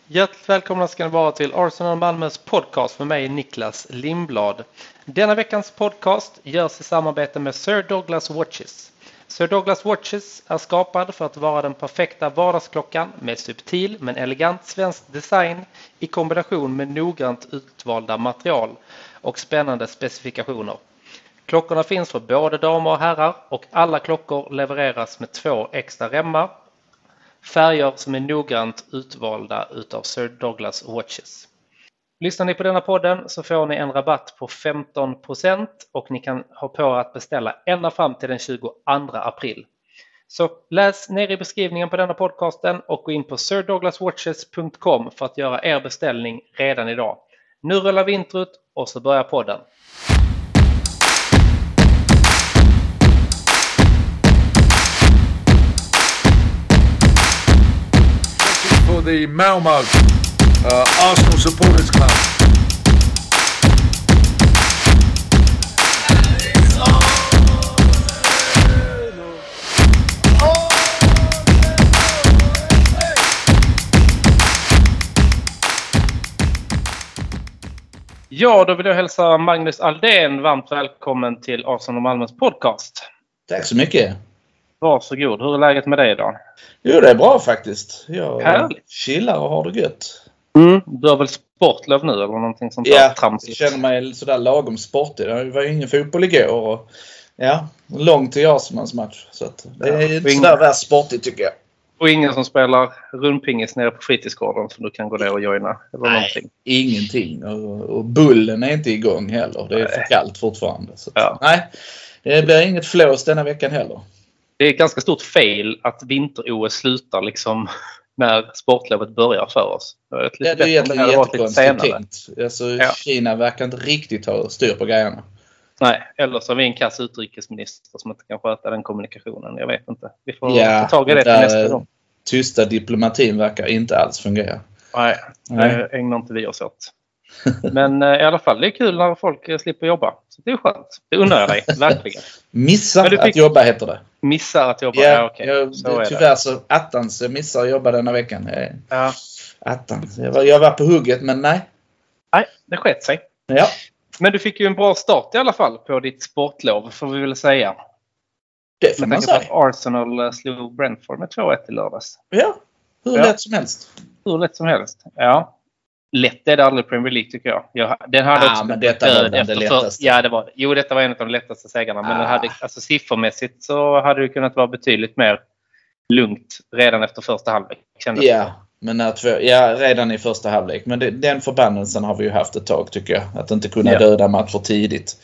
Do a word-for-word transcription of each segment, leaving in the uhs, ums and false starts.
Hjärtligt välkomna ska ni vara till Arsenal Malmös podcast med mig Niklas Lindblad. Denna veckans podcast görs i samarbete med Sir Douglas Watches. Sir Douglas Watches är skapad för att vara den perfekta vardagsklockan med subtil men elegant svensk design i kombination med noggrant utvalda material och spännande specifikationer. Klockorna finns för både damer och herrar och alla klockor levereras med två extra remmar. Färger som är noggrant utvalda utav Sir Douglas Watches. Lyssnar ni på denna podden så får ni en rabatt på femton procent och ni kan ha på att beställa ända fram till den tjugoandra april. Så läs ner i beskrivningen på denna podcasten och gå in på sir douglas watches punkt com för att göra er beställning redan idag. Nu rullar vi introt och så börjar podden. For the Malmo uh, Arsenal Supporters Club. Ja, då vill jag hälsa Magnus Aldén varmt välkommen till Arsenal Malmös podcast. Tack så mycket. Varsågod, hur är läget med dig idag? Jo, det är bra faktiskt. Jag Härligt. chillar och har det gött. Mm, du har väl sportlöv nu eller någonting sånt där ja, tramsigt? Jag känner mig sådär lagom sportig. Det var ju ingen fotboll igår. Och, ja, långt till Arsenals match. Så att det är ja, inte sådär värst sportigt tycker jag. Och ingen som spelar rundpingis nere på fritidsgården som du kan gå ner och joina? Eller Nej, någonting. ingenting. Och, och bullen är inte igång heller. Det är nej. för kallt fortfarande. Så att, ja. Nej, det blir inget flås denna veckan heller. Det är ett ganska stort fail att vinter-O S slutar liksom när sportlovet börjar för oss. Det är, lite ja, det är jätte, jättekonstigt tänkt. Alltså, ja. Kina verkar inte riktigt ha styr på grejerna. Nej, eller så har vi en kass utrikesminister som inte kan sköta den kommunikationen. Jag vet inte. Vi får ja, ta tag i det till nästa gång. Tysta diplomatin verkar inte alls fungera. Nej, Nej. det ägnar inte vi oss åt. Men eh, i alla fall, det är kul när folk eh, slipper jobba. Så det är skönt. Det undrar jag dig, verkligen. Missa fick... att jobba heter det. Missa att jobba, ja, ja okej. Okay. Så tyvärr det. Så attans missar att jobba denna veckan. Ja. Attans. Jag var, jag var på hugget, men nej. Nej, det skett sig. Ja. Men du fick ju en bra start i alla fall på ditt sportlov, får vi väl säga. Det får man säga. Att Arsenal slog Brentford med två ett i lördags. Ja, hur ja. lätt som helst. Hur lätt som helst, ja. Lätt är det aldrig Premier League tycker jag. jag den hade ah, också men detta var det lättaste. För, ja, det var Jo, detta var en av de lättaste segrarna. Men ah. den hade, alltså, siffermässigt så hade det kunnat vara betydligt mer lugnt redan efter första halvlek. Ja, men att för, ja, redan i första halvlek. Men det, den förbannelsen har vi ju haft ett tag tycker jag. Att inte kunna ja. döda matcher tidigt.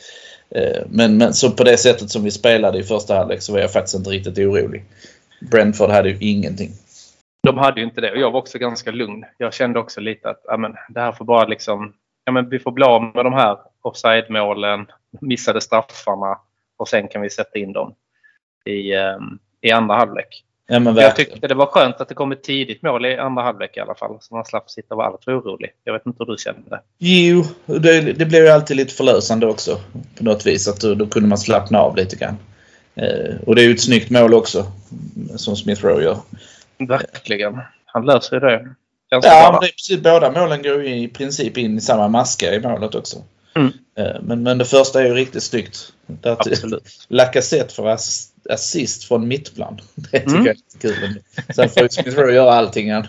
Men, men så på det sättet som vi spelade i första halvlek så var jag faktiskt inte riktigt orolig. Brentford hade ju ingenting. De hade ju inte det och jag var också ganska lugn. Jag kände också lite att ja, men, det här får bara liksom, ja, men, vi får bli av med de här offside-målen, missade straffarna och sen kan vi sätta in dem i, um, i andra halvlek. Ja, men jag tyckte det var skönt att det kom ett tidigt mål i andra halvlek i alla fall. Så man slapp sitta och vara alltför orolig. Jag vet inte hur du kände det. Jo, det, det blev ju alltid lite förlösande också på något vis. Att då, då kunde man slappna av lite grann. Eh, och det är ju ett snyggt mål också som Smith Rowe gör. Verkligen. Han löser det. Ganska ja, men det är precis, båda målen går ju i princip in i samma maska i målet också. Mm. Men, men det första är ju riktigt snyggt. Absolut. Lacazette för ass, assist från mittplan. Det tycker mm. jag är kul. Sen får Smith Rowe göra allting. Jag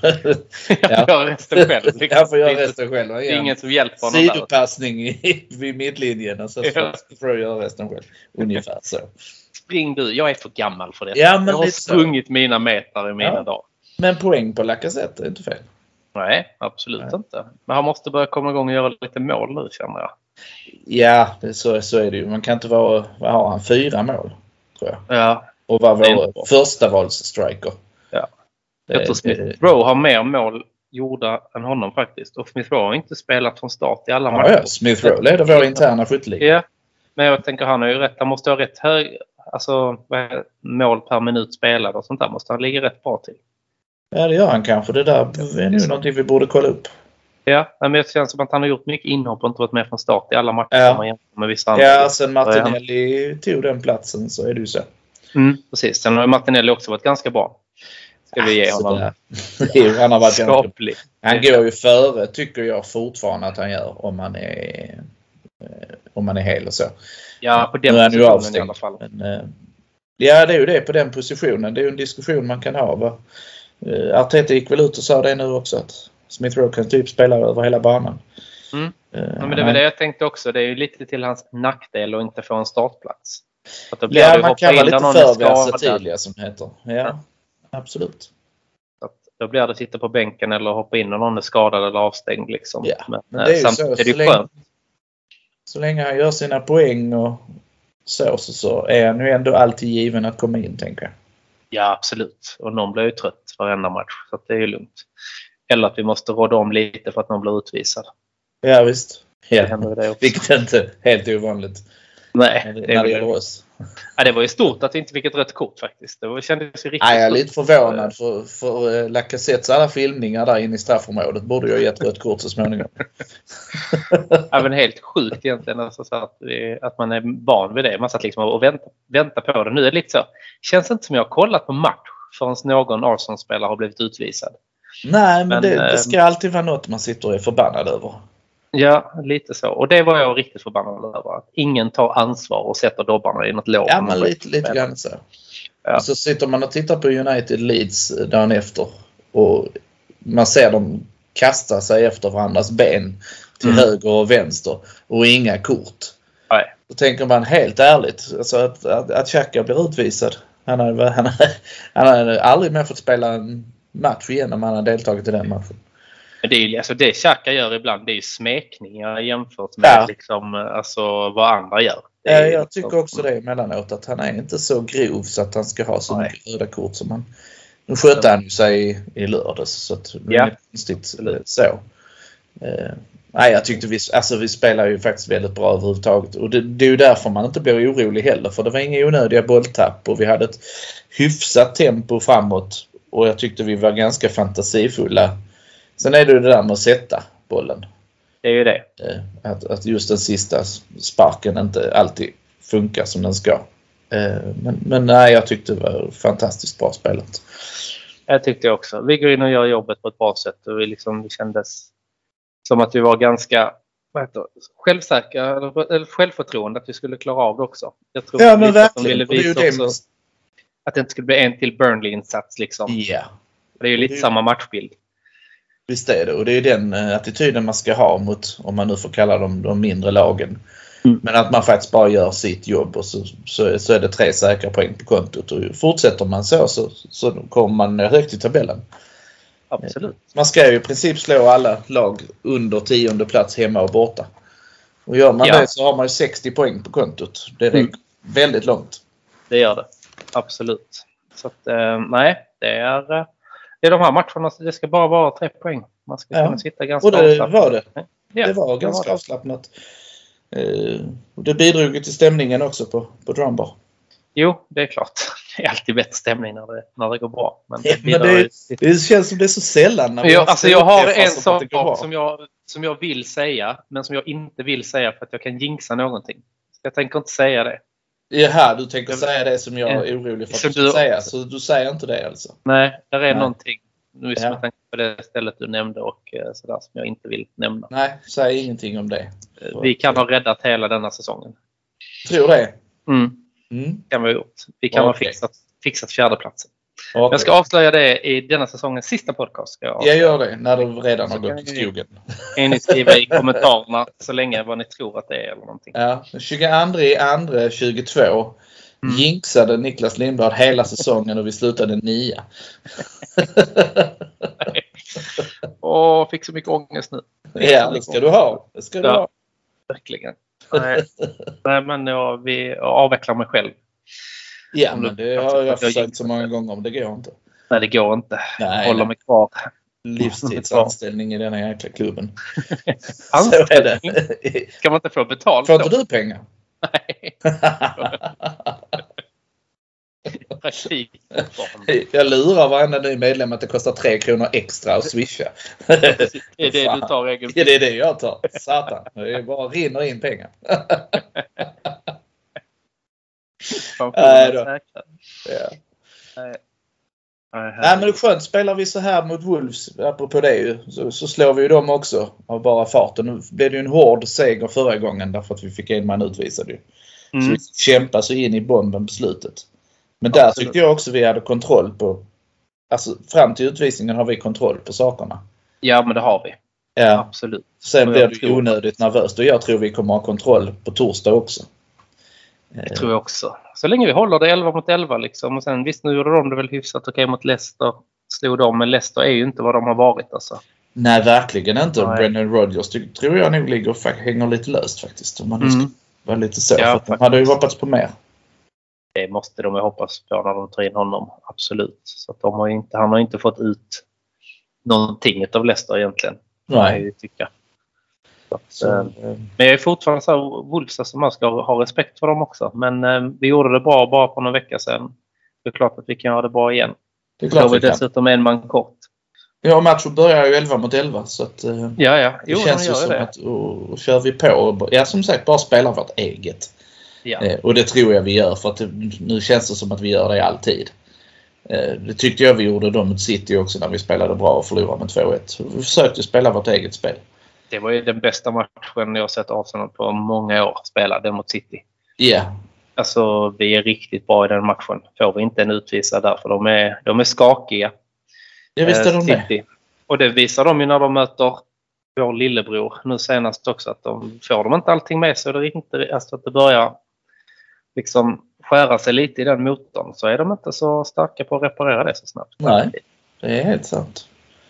får göra resten själv. Jag får göra resten själv. Det är ingen som hjälper honom. Sidopassning i, vid mittlinjen och så får ja. Smith Rowe göra resten själv. Ungefär så. Spring du, jag är för gammal för det. Ja, men jag har sprungit så. mina meter i mina ja. dagar. Men poäng på Lacazette är inte fel. Nej, absolut Nej. inte. Men han måste börja komma igång och göra lite mål nu, känner jag. Ja, det, så, så är det ju. Man kan inte vara, vad har han, fyra mål, tror jag. Ja. Och var vår första valsstriker. Ja. Jag tror Smith Rowe har mer mål gjorda än honom faktiskt. Och Smith Rowe har inte spelat från start i alla ja, matcher. Ja, Smith Rowe leder vår interna skytteliga. Ja, men jag tänker han har ju rätt. Han måste ha rätt hög, alltså mål per minut spelad och sånt där. Måste han ligga rätt bra till. Ja, det gör han kanske. Det där är nu någonting vi borde kolla upp. Ja, men det känns som att han har gjort mycket inhopp och inte varit med från start i alla matcher. Ja, med vissa andra. Ja, sen Martinelli tog den platsen så är det ju så. Mm, precis. Sen har Martinelli också varit ganska bra. ska vi ge honom. Jo, han har varit skaplig. Han går ju före, tycker jag fortfarande att han gör, om man är om man är hel och så. Ja, på den positionen avstängd, i alla fall. Men, ja, det är ju det på den positionen. Det är ju en diskussion man kan ha. Va? Arteta gick väl ut och sa det nu också, att Smith Rowe kan typ spela över hela banan. Mm. Ja, men det var det jag tänkte också. Det är ju lite till hans nackdel att inte få en startplats. Att då blir ja, det man kan vara lite för versatiliga som heter. Ja, ja. Absolut. Så att då blir det sitta på bänken eller hoppa in när någon är skadad eller avstängd. Liksom. Ja, men, men det är ju så. Är det så, länge, så länge han gör sina poäng och så, så, så är han ju ändå alltid given att komma in, tänker jag. Ja, absolut. Och någon blir ju trött varenda match. Så att det är ju lugnt. Eller att vi måste råda om lite för att någon blir utvisad. Ja, visst. Ja. Det det vilket är inte helt ovanligt. Nej, det, när det gäller oss. Ja, det var ju stort att vi inte fick ett rött kort faktiskt. Det var, kändes ju riktigt. Ja, jag är lite förvånad för, för Lacazettes alla filmningar där inne i straffområdet borde jag gett rött kort så småningom. Ja, men helt sjukt egentligen alltså, så att, vi, att man är van vid det. Man satt liksom och väntar, väntar på det. Nu är det lite så. Känns inte som jag har kollat på match förrän någon Arsenal-spelare har blivit utvisad. Nej, men, men det, det ska äh, alltid vara något man sitter och är förbannad över. Ja, lite så. Och det var jag riktigt förbannad över. Att ingen tar ansvar och sätter dobbarna i något låg. Ja, men lite, lite grann så. Ja. Och så sitter man och tittar på United Leeds dagen efter. Och man ser dem kasta sig efter varandras ben till mm. höger och vänster. Och inga kort. Nej. Då tänker man helt ärligt. Alltså att, att, att Xhaka blir utvisad. Han har, han, har, han har aldrig mer fått spela en match igen om han har deltagit i den matchen. Men det är ju alltså det Xhaka gör ibland, det är ju smekningar jämfört med ja. liksom, alltså, vad andra gör. Ja, jag liksom, tycker också det emellanåt att han är inte så grov så att han ska ha så nej. mycket röda kort som han. Nu sköter han ju sig i, i lördags så att det ja. är konstigt så. Eh, nej, jag tyckte vi, alltså, vi spelar ju faktiskt väldigt bra överhuvudtaget och det, det är ju därför man inte blir orolig heller, för det var inga onödiga bolltapp och vi hade ett hyfsat tempo framåt och jag tyckte vi var ganska fantasifulla. Sen är det ju det där med att sätta bollen. Det är ju det. Att, att just den sista sparken inte alltid funkar som den ska. Men, men nej, jag tyckte det var fantastiskt bra spelat. Jag tyckte också. Vi går in och gör jobbet på ett bra sätt. Och vi, liksom, vi kändes som att vi var ganska vad heter det, självsäkra eller självförtroende att vi skulle klara av det också. Jag tror ja, men verkligen. Att de ville visa det också det. Att det inte skulle bli en till Burnley-insats. Liksom. Yeah. Det är ju lite det är... samma matchbild. Visst är det, och det är den attityden man ska ha mot, om man nu får kalla dem de mindre lagen. Mm. Men att man faktiskt bara gör sitt jobb och så, så, så är det tre säkra poäng på kontot. Och fortsätter man så, så, så kommer man högt i tabellen. Absolut. Man ska ju i princip slå alla lag under tionde plats hemma och borta. Och gör man ja. det så har man ju sextio poäng på kontot. Det räcker mm. väldigt långt. Det gör det, absolut. Så att, eh, nej, det är... I de här matcherna så det ska bara vara tre poäng. Man ska ja. kunna sitta ganska avslappnat. Och det var det. Ja, det var det ganska var avslappnat. Uh, och det bidrog till stämningen också på, på Drumbar. Jo, det är klart. Det är alltid bättre stämning när det, när det går bra. Men det, ja, men det, det känns som det är så sällan. När jag, alltså jag har en sak som jag, som jag vill säga. Men som jag inte vill säga för att jag kan jinxa någonting. Jag tänker inte säga det. Jaha, du tänker säga det som jag är orolig för att du ska säga. Så du säger inte det alltså? Nej, det är Nej. någonting. Nu som ja. jag tänker på det stället du nämnde och sådär som jag inte vill nämna. Nej, säg ingenting om det. Vi kan ha räddat hela denna säsongen. Tror det? Mm. Mm. Kan vi ha gjort. Vi kan okay. ha fixat, fixat fjärdeplatsen. Okay. Jag ska avslöja det i denna säsongens sista podcast. Ska jag, jag gör det när du redan har gått i skogen. Kan ni skriva i kommentarerna så länge vad ni tror att det är eller någonting. Ja, tjugoandra i andra tjugotvå mm. jinxade Niklas Lindblad hela säsongen och vi slutade nia. Åh, fick så mycket ångest nu. Ja, det ska du ha. Det ska du ja, ha. Verkligen. Nej, Nej men jag, vi avvecklar mig själv. Ja, men det har jag försökt så många gånger om. Det går inte. Nej, det går inte. Nej, håller mig kvar. Livstidsanställning i den här jäkla klubben. Så är det. Ska man inte få betalt? Får inte du pengar? Nej. Jag lurar varenda ny medlem att det kostar tre kronor extra att swisha. Det är det du tar egen. Ja, det är det jag tar. Satan. Det är bara rinner in pengar. Nej då. Ja. Nej, men det är skönt. Spelar vi så här mot Wolves, apropå det ju, så, så slår vi ju dem också av bara farten. Nu blev det ju en hård seger förra gången därför att vi fick en man utvisad ju. Mm. Så vi kämpade så in i bomben på slutet. Men där Absolut. Tyckte jag också vi hade kontroll på, alltså fram till utvisningen har vi kontroll på sakerna. Ja, men det har vi. Ja. Absolut. Sen blir det onödigt nervöst och jag tror vi kommer ha kontroll på torsdag också. Det tror jag också. Så länge vi håller det elva mot elva liksom. Och sen visst, nu gjorde de det väl hyfsat okej okay mot Leicester. Slog de, men Leicester är ju inte vad de har varit alltså. Nej, verkligen inte. Nej. Brendan Rodgers tror jag nog ligger och hänger lite löst faktiskt. Om man nu ska mm. vara lite så. Ja, för att de hade ju hoppats på mer. Det måste de ju hoppas på när de tar in honom. Absolut. Så att de har inte, han har inte fått ut någonting av Leicester egentligen. Nej. Jag tycker. Att, så, eh, men jag är fortfarande så här, Wolves, alltså man ska ha respekt för dem också. Men eh, vi gjorde det bra bara på några veckor sedan. Det är klart att vi kan göra det bra igen. Det är klart vi dessutom en man kort. Ja, matchen börjar ju elva mot elva så att eh, ja, ja. Jo, det känns ju som det. Att och, och kör vi på och, ja, som sagt, bara spelar vårt eget. Ja. Eh, och det tror jag vi gör för att det, nu känns det som att vi gör det alltid. Eh, det tyckte jag vi gjorde då mot City också när vi spelade bra och förlorade med två ett. Vi försökte spela vårt eget spel. Det var ju den bästa matchen jag har sett Arsenal på många år spela, den mot City. Ja. Yeah. Alltså, vi är riktigt bra i den matchen. Får vi inte en utvisad där, för de är, de är skakiga. Jag visste eh, de City. Det. Och det visar de ju när de möter vår lillebror nu senast också. Att de får de inte allting med sig. Det är inte, alltså att det börjar liksom skära sig lite i den motorn. Så är de inte så starka på att reparera det så snabbt. Nej, det är helt sant.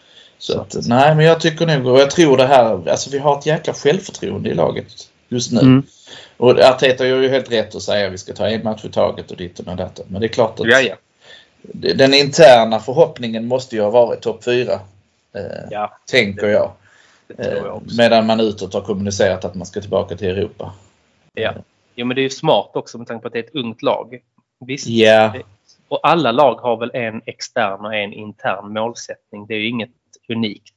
Så att, nej, men jag tycker nog, och jag tror det här, alltså vi har ett jäkla självförtroende i laget just nu. Mm. Och Arteta gör ju helt rätt att säga att vi ska ta en match i taget och ditt och detta. Men det är klart att ja, ja. den interna förhoppningen måste ju ha varit topp fyra. Eh, ja, tänker det, jag. Det tror jag också. Eh, medan man utåt har kommunicerat att man ska tillbaka till Europa. Ja, jo, men det är ju smart också med tanke på att det är ett ungt lag. Visst. Ja. Och alla lag har väl en extern och en intern målsättning. Det är ju inget unikt.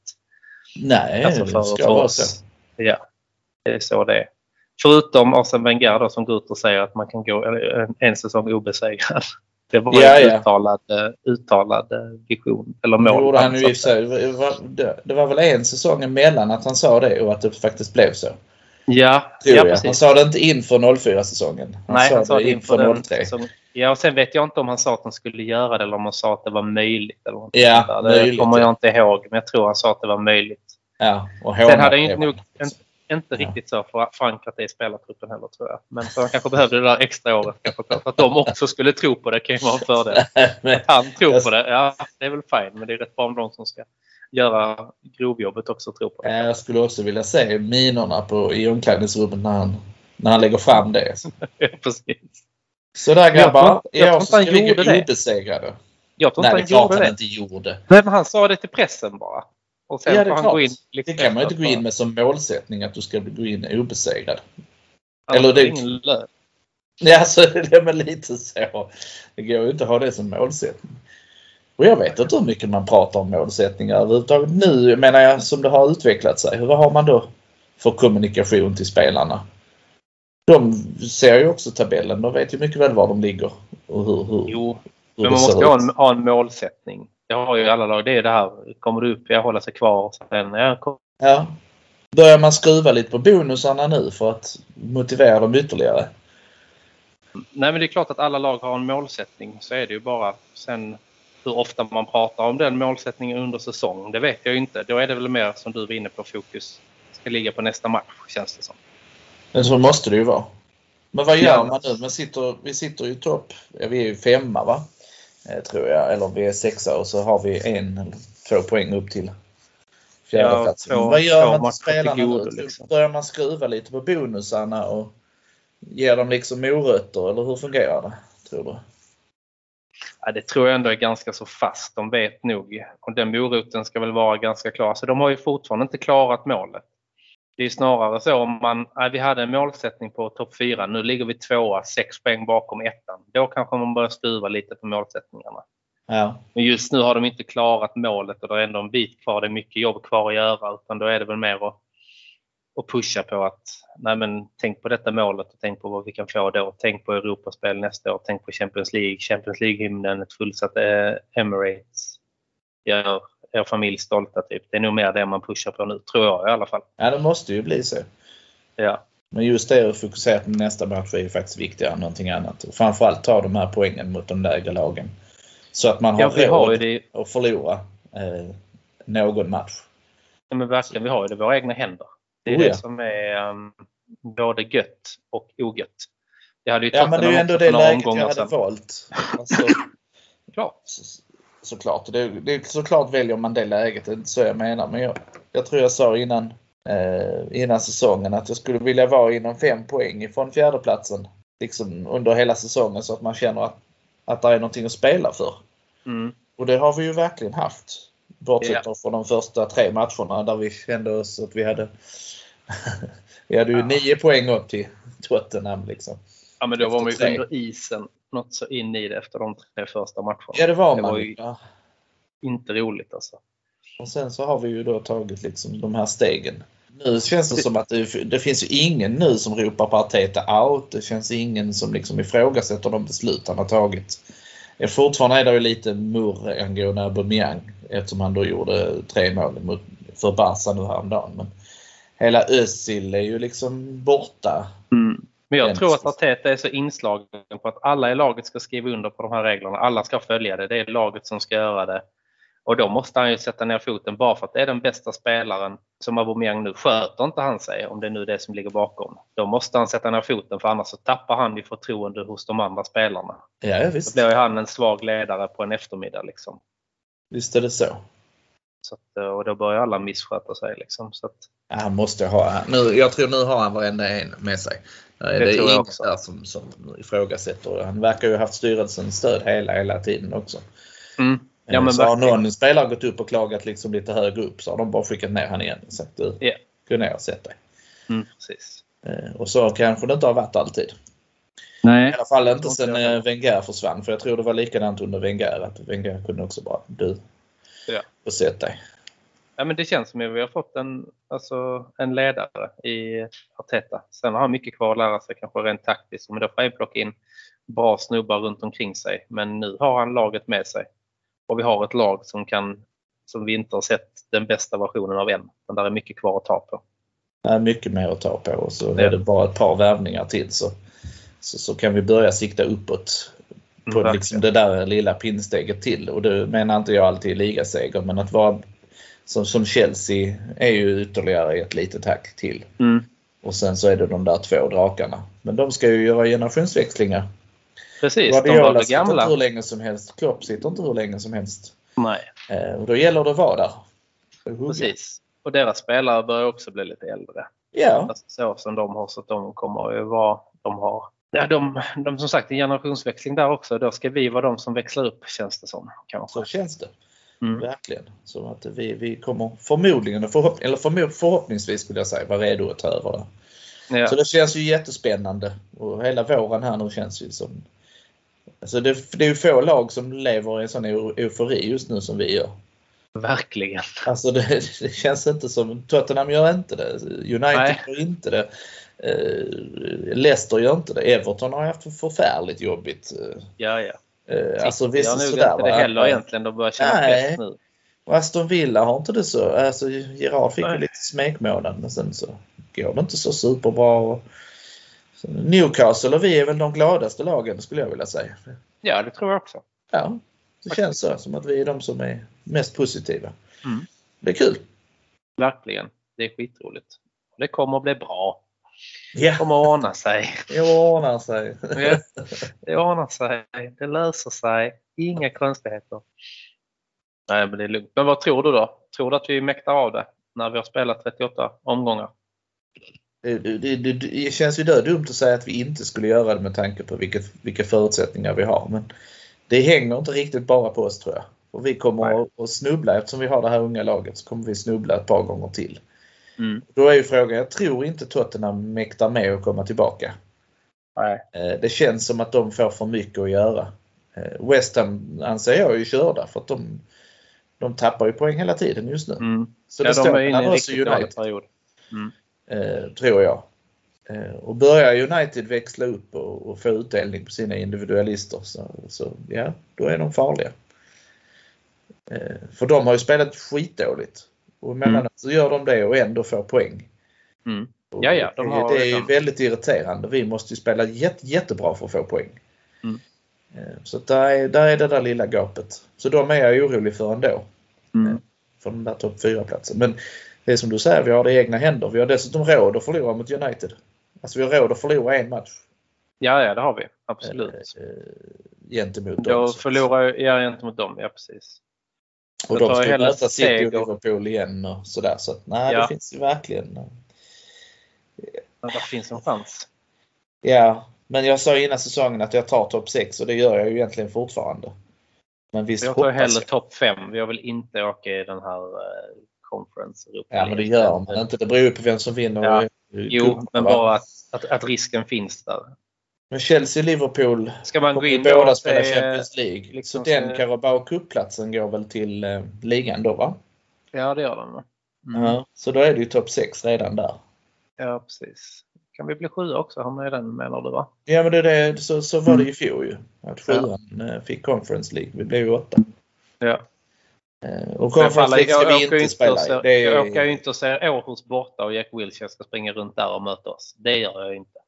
Nej, alltså för, det ska för vara oss. så. Ja, det är så det är. Förutom Arsene Wenger då, som går ut och säger att man kan gå en, en säsong obesegrad. Det var ja, en ja. uttalad, uttalad vision eller mål. Det, gjorde han ju sig. Det, var, det, det var väl en säsong emellan att han sa det och att det faktiskt blev så. Ja, ja precis. Han sa det inte inför noll fyra-säsongen. Han Nej, sa han sa det inför noll tre. Ja, och sen vet jag inte om han sa att han skulle göra det eller om han sa att det var möjligt. Eller något ja, där. Det möjligt, kommer jag ja. inte ihåg, men jag tror han sa att det var möjligt. Ja, och sen hade jag nog en, inte ja. riktigt så förankrat det i spelartruppen heller, tror jag. Men så han kanske behövde det där extra året. För att de också skulle tro på det kan ju vara en fördel. Att han tror jag... på det, ja, det är väl fint. Men det är rätt bra om de som ska göra grovjobbet också tror på det. Ja, jag skulle också vilja se minorna på, i omklädningsrummet när han, när han lägger fram det. Ja, precis. Så där grabbar, jag, jag, jag som ligger obesegrade. Jag tror Nej, inte han gjorde han det. inte gjorde. Nej, men han sa det till pressen bara. Och sen ja, det, han klart. Gå in liksom det kan man ju inte gå in med som målsättning att du ska gå in obesegrad. Han Eller det ingen lön. Ja, så det är väl lite så. Det går ju inte att ha det som målsättning. Och jag vet inte hur mycket man pratar om målsättningar överhuvudtaget. Nu menar jag som det har utvecklat sig. Vad har man då för kommunikation till spelarna? De ser ju också tabellen. De vet ju mycket väl var de ligger. Och hur, hur, jo, hur men man måste ha en, ha en målsättning. Jag har ju alla lag. Det är det här. Kommer du upp, jag håller sig kvar. Sen, jag kom... Ja. Börjar man skruva lite på bonusarna nu för att motivera dem ytterligare? Nej, men det är klart att alla lag har en målsättning. Så är det ju bara. Sen hur ofta man pratar om den målsättningen under säsong, det vet jag ju inte. Då är det väl mer som du var inne på, fokus ska ligga på nästa match, känns det som. Men så måste det ju vara. Men vad gör man nu? Man sitter, vi sitter ju topp. Ja, vi är ju femma, va? Eh, tror jag. Eller vi är sexa och så har vi en eller två poäng upp till fjärde ja, plats. två, vad gör man till spelarna godo, nu? liksom. Börjar man skruva lite på bonusarna och ger dem liksom morötter? Eller hur fungerar det, tror du? Ja, det tror jag ändå är ganska så fast. De vet nog. Och den moroten ska väl vara ganska klar. Så de har ju fortfarande inte klarat målet. Det är snarare så om man, ja, vi hade en målsättning på topp fyra. Nu ligger vi tvåa, sex poäng bakom ettan. Då kanske man börjar stuva lite på målsättningarna. Ja. Men just nu har de inte klarat målet och det är ändå en bit kvar. Det är mycket jobb kvar att göra. Utan då är det väl mer att, och pusha på att nej men, tänk på detta målet och tänk på vad vi kan få då. Tänk på Europaspel nästa år. Tänk på Champions League. Champions League-hymnen, ett fullsatt eh, Emirates. Gör er familj stolta typ. Det är nog mer det man pushar på nu, tror jag i alla fall. Ja, det måste ju bli så. Ja. Men just det att fokusera på nästa match är ju faktiskt viktigare än någonting annat. Och framförallt ta de här poängen mot de lägre lagen. Så att man har ja, vi har ju råd det... att förlora eh, någon match. Ja, men verkligen, vi har ju det i våra egna händer. Det är oh, ja. det som är um, både gött och ogött. Jag hade ju ja, men det är ju ändå det läget jag hade sedan. valt. Alltså, klart. Så, såklart. Det, det, såklart väljer man det läget. Det är inte så jag menar. Men jag, jag tror jag sa innan, eh, innan säsongen att jag skulle vilja vara inom fem poäng från fjärdeplatsen. Liksom under hela säsongen så att man känner att, att det är någonting att spela för. Mm. Och det har vi ju verkligen haft. Bortsett ja. från de första tre matcherna där vi kände oss att vi hade vi hade ju ja. nio poäng upp till Tottenham liksom. Ja, men då var man ju under isen något så in i det efter de tre första matcherna. Ja, det var det man. var ju ja. inte roligt alltså. Och sen så har vi ju då tagit liksom de här stegen. Nu känns det som att det, det finns ju ingen nu som ropar på Arteta out. Det känns ingen som liksom ifrågasätter de beslut han har tagit. Fortfarande är det ju lite murr angående Aubameyang eftersom han då gjorde tre mål mot, för Barca nu häromdagen. Men hela Özil är ju liksom borta. Mm. Men jag tror att Arteta är så inslagen på att alla i laget ska skriva under på de här reglerna. Alla ska följa det. Det är laget som ska göra det. Och då måste han ju sätta ner foten bara för att det är den bästa spelaren som Aubameyang nu sköter inte han sig, om det är nu det som ligger bakom. Då måste han sätta ner foten för annars så tappar han ju förtroende hos de andra spelarna. Ja, visst. Då blir ju han en svag ledare på en eftermiddag liksom. Visst är det så. Så att, och då börjar alla missköta sig liksom. Så att, ja, han måste ha, nu, jag tror nu har han varenda en med sig. Det, det är ingen där som, som ifrågasätter. Han verkar ju ha haft styrelsens stöd hela, hela tiden också. Mm. Ja, men så har någon spelare gått upp och klagat liksom lite högre upp så har de bara skickat ner han igen och sagt du, yeah. gå ner och sätt dig. Mm, precis. Och så kanske det inte har varit alltid. Nej. I alla fall inte sen Wenger försvann, för jag tror det var likadant under Wenger att Wenger kunde också bara du ja. och sätt dig. Ja, men det känns som att vi har fått en, alltså, en ledare i Arteta. Sen har han mycket kvar att lära sig, kanske rent taktiskt, men då får han plocka in bra snubbar runt omkring sig. Men nu har han laget med sig. Och vi har ett lag som kan, som vi inte har sett den bästa versionen av än. Men där är mycket kvar att ta på. Det är mycket mer att ta på, och så ja. är det bara ett par värvningar till så, så, så kan vi börja sikta uppåt på mm, liksom det där lilla pinnsteget till. Och det menar inte jag alltid i ligaseger, men att vara som, som Chelsea är ju ytterligare ett litet hack till. Mm. Och sen så är det de där två drakarna. Men de ska ju göra generationsväxlingar. Precis, Guardiola de var gamla. Sitter inte hur länge som helst. Klopp sitter inte hur länge som helst. Nej. Eh, och då gäller det att vara där. Precis. Och deras spelare börjar också bli lite äldre. Ja. Alltså, så som de har, så att de kommer ju vara, de har. Ja, de, de som sagt, en generationsväxling där också. Då ska vi vara de som växlar upp, känns det som. Kanske. Så känns det. Mm. Verkligen. Så att vi, vi kommer förmodligen, förhopp, eller förmo, förhoppningsvis skulle jag säga, vara redo att ta över det. Ja. Så det känns ju jättespännande. Och hela våren här nu känns ju som... Alltså det, det är ju få lag som lever i en sån eufori just nu som vi gör. Verkligen. Alltså det, det känns inte som... Tottenham gör inte det. United Nej. gör inte det. Uh, Leicester gör inte det. Everton har haft förfärligt jobbigt. Ja, ja. Uh, alltså visst jag sådär. Inte det heller uh, egentligen. De börjar känna press nu. Och Aston Villa har inte det så. Alltså Gerard fick ju lite smekmånaden. Men sen så går det inte så superbra. Och, så Newcastle och vi är väl de gladaste lagen skulle jag vilja säga. Ja, det tror jag också. Ja, det känns så som att vi är de som är mest positiva. Mm. Det är kul. Verkligen. Det är skitroligt. Det kommer att bli bra. Yeah. Det kommer att ordna sig. Det ordnar sig. Ja, det ordnar sig. Det löser sig. Inga konstigheter. Nej, men det är lugnt. Men vad tror du då? Tror du att vi mäktar av det när vi har spelat trettioåtta omgångar? Det, det, det, det känns ju då dumt att säga att vi inte skulle göra det med tanke på vilket, vilka förutsättningar vi har. Men det hänger inte riktigt bara på oss tror jag. Och vi kommer att, att snubbla, eftersom vi har det här unga laget så kommer vi snubbla ett par gånger till. Mm. Då är ju frågan, jag tror inte Tottenham mäktar med att komma tillbaka. Nej. Det känns som att de får för mycket att göra. West Ham anser jag är ju körda för att de, de tappar ju poäng hela tiden just nu. Mm. Så ja, det de står är inne i en riktigt United. period. Mm. Eh, tror jag. Eh, och börjar United växla upp och, och få utdelning på sina individualister så, så ja, då är de farliga. Eh, för de har ju spelat skitdåligt. Och emellanåt mm. så gör de det och ändå får poäng. Mm. Ja, ja, de har det är ju väldigt irriterande. Vi måste ju spela jätte, jättebra för att få poäng. Mm. Så där är, där är det där lilla gapet. Så de är jag orolig för ändå. Mm. För den där topp fyra platsen. Men det är som du säger, vi har det i egna händer. Vi har dessutom råd att förlora mot United. Alltså vi har råd att förlora en match. Ja, ja det har vi. Absolut. Äh, äh, gentemot dem. Då så. förlorar jag gentemot dem, ja precis. Och de ska möta City och Liverpool igen och sådär. Så att, nej, ja. Det finns ju verkligen... Men det finns en chans. Ja, men jag sa innan säsongen att jag tar topp sex och det gör jag ju egentligen fortfarande. Men visst jag tar hellre topp fem. Jag vill inte åka i den här uh, conference. Ja, men det gör man inte. Det beror ju på vem som vinner. Ja. Och, jo, men bara att, att, att risken finns där. Men Chelsea Liverpool ska man gå in båda och spela Champions League. Liksom så den Carabao Cup-platsen går väl till uh, ligan då, va? Ja, det gör den. Mm. Ja, så då är det ju topp sex redan där. Ja, precis. Kan vi bli sjua också? Har man den, menar du, va? Ja, men det, det, så, så var det i fjol ju. Att sjuan ja. fick Conference League. Vi blev ju åtta. Ja. Och Conference League ska vi inte spela i. Det är... Jag åker ju inte och säga Århus borta och Jack Wilshere ska springa runt där och möta oss. Det gör jag inte.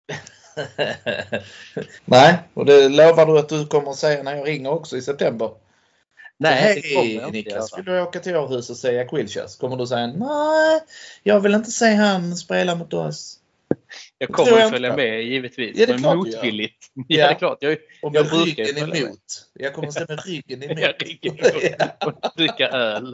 Nej, och det lovar du att du kommer att säga när jag ringer också i september. Nej, så, hej Niklas, vill du åka till Århus och säga Jack Wilshere? Kommer du säga nej, jag vill inte se han spela mot oss. Jag kommer att följa med, givetvis. Ja, det är men klart motvilligt. Ja. Ja, ja, det är klart. Jag, och med jag ryggen emot. Med. Jag kommer att stå med ryggen emot. Ja, ryggen emot. Och dricka öl.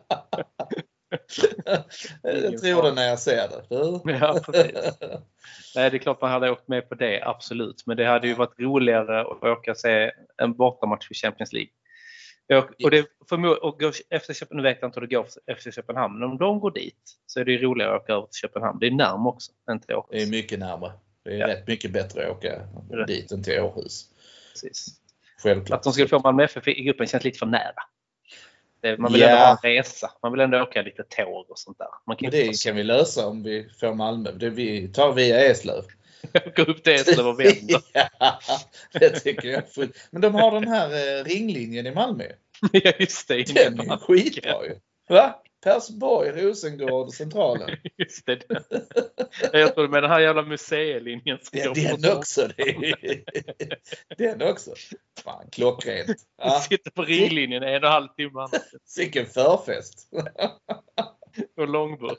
Jag tror det när jag ser det. Ja, precis. Nej, det är klart man hade åkt med på det, absolut. Men det hade ju varit roligare att åka se en bortamatch för Champions League. Och, och, det, för, och gå efter Köpenhamn, nu vet jag inte hur det går efter Köpenhamn, men om de går dit så är det roligare att åka över till Köpenhamn. Det är närmare också än till Århus. Det är mycket närmare. Det är ja. rätt mycket bättre att åka rätt. dit än till Århus. Precis. Självklart. Att de skulle få Malmö F F i gruppen känns lite för nära. Det, man vill ja. ändå ha en resa. Man vill ändå åka lite tåg och sånt där. Man kan det kan vi lösa om vi får Malmö. Det vi tar via Eslöv. Gå upp till Eslöv och vända. Ja, det tycker jag. Men de har den här eh, ringlinjen i Malmö. Ja, just det. Den är skitbra ju. Va? Persborg, Rosengård, Centralen. Just det. Jag tror med den här jävla museilinjen. Ja, den också. Den också. Fan, klockrent. Ja. Sitter på ringlinjen en och en halv timme. Vilken förfest. Och långburk.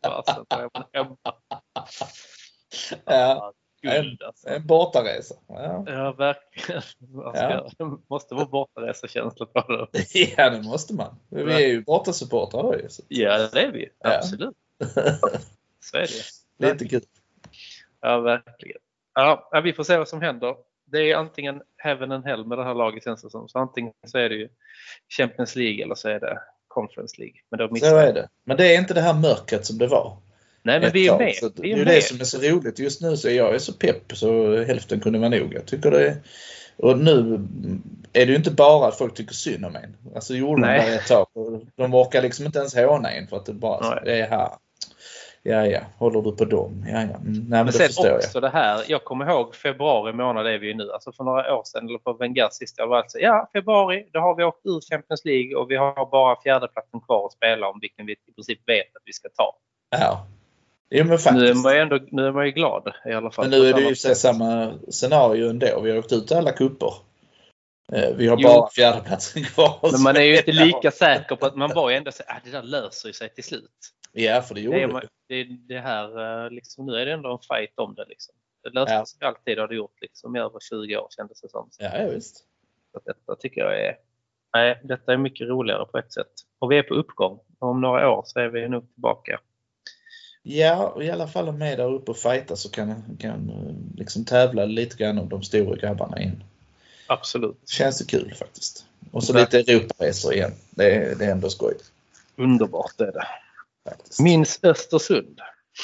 Ja. En, en bortaresa. Ja, ja verkligen. Ja. Det måste vara bortaresa-känsla på det. Ja, det måste man. Vi är ju bortasupportrar då ju. Ja, det är vi. Ja. Absolut. Så är det. Lite kul. Ja, verkligen. Ja, vi får se vad som händer. Det är antingen heaven and hell med det här laget känns det som. Så antingen så är det ju Champions League eller så är det Conference League. Men då så är det. Men det är inte det här mörkret som det var. Nej, men vi är med. Så vi är det är med. det som är så roligt. Just nu så är jag så pepp så hälften kunde man nog. Jag tycker det är... Och nu är det ju inte bara att folk tycker synd om en. Alltså gjorde man det ett tag. De orkar liksom inte ens håna en för att det bara det är här. Ja, ja. Håller du på dem? Ja, ja. Mm, nej, men, men sen förstår också jag. det här. Jag kommer ihåg februari månad är vi ju nu. Alltså för några år sedan eller på Wenger sist jag var alltså, ja, februari, då har vi åkt ur Champions League och vi har bara fjärdeplatsen kvar att spela om vilken vi i princip vet att vi ska ta. Ja. Jo, men faktiskt. Nu är man ju ändå nu är man ju glad i alla fall. Men nu är det ju samma scenario ändå. Vi har åkt ut alla kupper. Vi har jo. bara fjärdeplatsen kvar. Men man är ju inte lika säker på att man var ju ändå så att ah, det där löser sig till slut. Ja, för det gjorde det. Man, det, det här, liksom, nu är det ändå en fight om det. Liksom. Det löser ja. sig alltid har det gjort liksom, i över tjugo år kändes det som. Ja, ja visst. Så detta tycker jag är... Nej, detta är mycket roligare på ett sätt. Och vi är på uppgång. Om några år så är vi nog tillbaka. Ja, och i alla fall om med där uppe och fighta så kan, kan liksom tävla lite grann om de stora grabbarna igen. Absolut. Känns det kul faktiskt. Och så lite Europaresor igen. Det är, det är ändå skoj. Underbart är det. Faktiskt. Minns Östersund.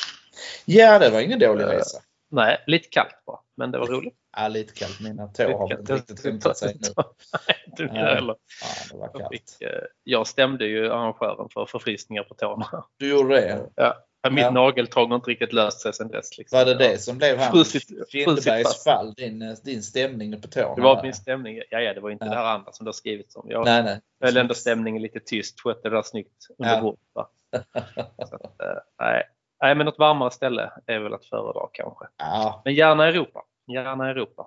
Ja, det var ingen dålig resa. Uh, nej, lite kallt bara. Men det var roligt. Ja, lite kallt. Mina tår har inte riktigt hämtat sig nu. Nej, inte heller. Ja, det var kallt. Jag, fick, jag stämde ju arrangören för förfrysningar på tårna. Du gjorde det? Ja. Mitt Ja. nageltrång har inte riktigt löst sig sen dess. Liksom. Var det det som blev han Frusit- Findebergs fast. fall? Din, din stämning på tårna? Det var där? min stämning. Ja, ja, det var inte Ja. det här andra som du har skrivit om. Jag Nej, nej. höll ändå stämningen lite tyst. Skötte det där snyggt under Ja. bordet. Va? Så att, eh, nej. nej, men något varmare ställe är väl att föredra kanske. Ja. Men gärna Europa. Gärna Europa.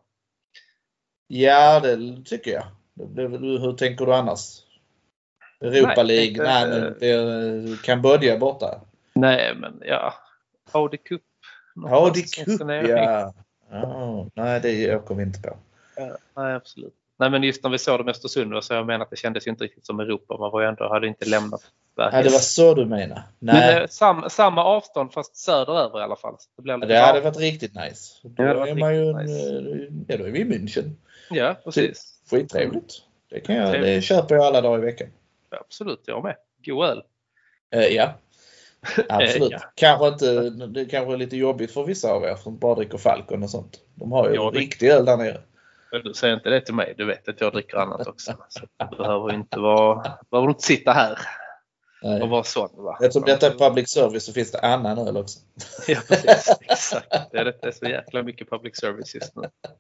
Ja, det tycker jag. Det blir väl- Hur tänker du annars? Europa Nej, League, inte- nej, nu blir eh, Kambodja borta. Nej, men ja. Audi Cup. Ja, det är cup, Turnering. ja. Ja. Nej, det åker vi inte på. Ja, nej, absolut. Nej, men just när vi såg det med Östersund så jag menar att det kändes ju inte riktigt som Europa. Man var ju ändå, hade inte lämnat Sverige. Ja, det var så du menar. Men Nej, eh, sam, samma avstånd fast söderöver i alla fall. Så det, blev ja, lite det hade bra. varit riktigt nice. Då Det hade är varit man ju, riktigt en- ja, då är vi i München. Ja, precis. Skittrevligt. Det, kan jag, Trevligt. det köper jag alla dagar i veckan. Ja, absolut, jag med. God öl. Eh, ja, absolut. Ja. Kanske inte, det kanske är lite jobbigt för vissa av er som bara dricker Falcon och sånt. De har ju Ja, det- riktig öl där nere. Du säger inte det till mig. Du vet att jag dricker annat också. Så du behöver inte vara, behöver inte sitta här och Nej. vara sån. Va? Eftersom detta är public service så finns det annan öl också. Ja, precis. Exakt. Det är, det är så jäkla mycket public service just nu.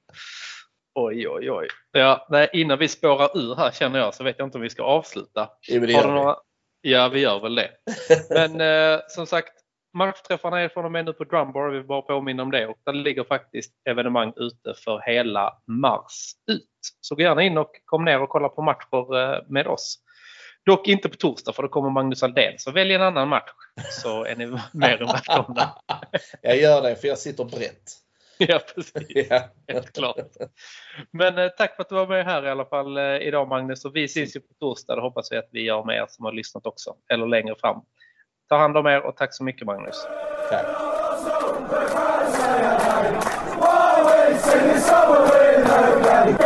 Oj, oj, oj. Ja, nej, innan vi spårar ur här känner jag så vet jag inte om vi ska avsluta. Ja, men det Har gör du vi. några... Ja, vi gör väl det. Men eh, som sagt, matchträffarna är från och med nu på Drumbar. Vi vill bara påminna om det. Och där ligger faktiskt evenemang ute för hela mars ut. Så gå gärna in och kom ner och kolla på matcher eh, med oss. Dock inte på torsdag för då kommer Magnus Aldén. Så välj en annan match så är ni mer än välkomna. Jag gör det för jag sitter brett. Ja, precis. Ja. Helt klart. Men eh, tack för att du var med här i alla fall eh, idag Magnus. Och vi ses ju på torsdag. Det hoppas vi att vi gör med er som har lyssnat också. Eller längre fram. Ta hand om er och tack så mycket Magnus. Tack.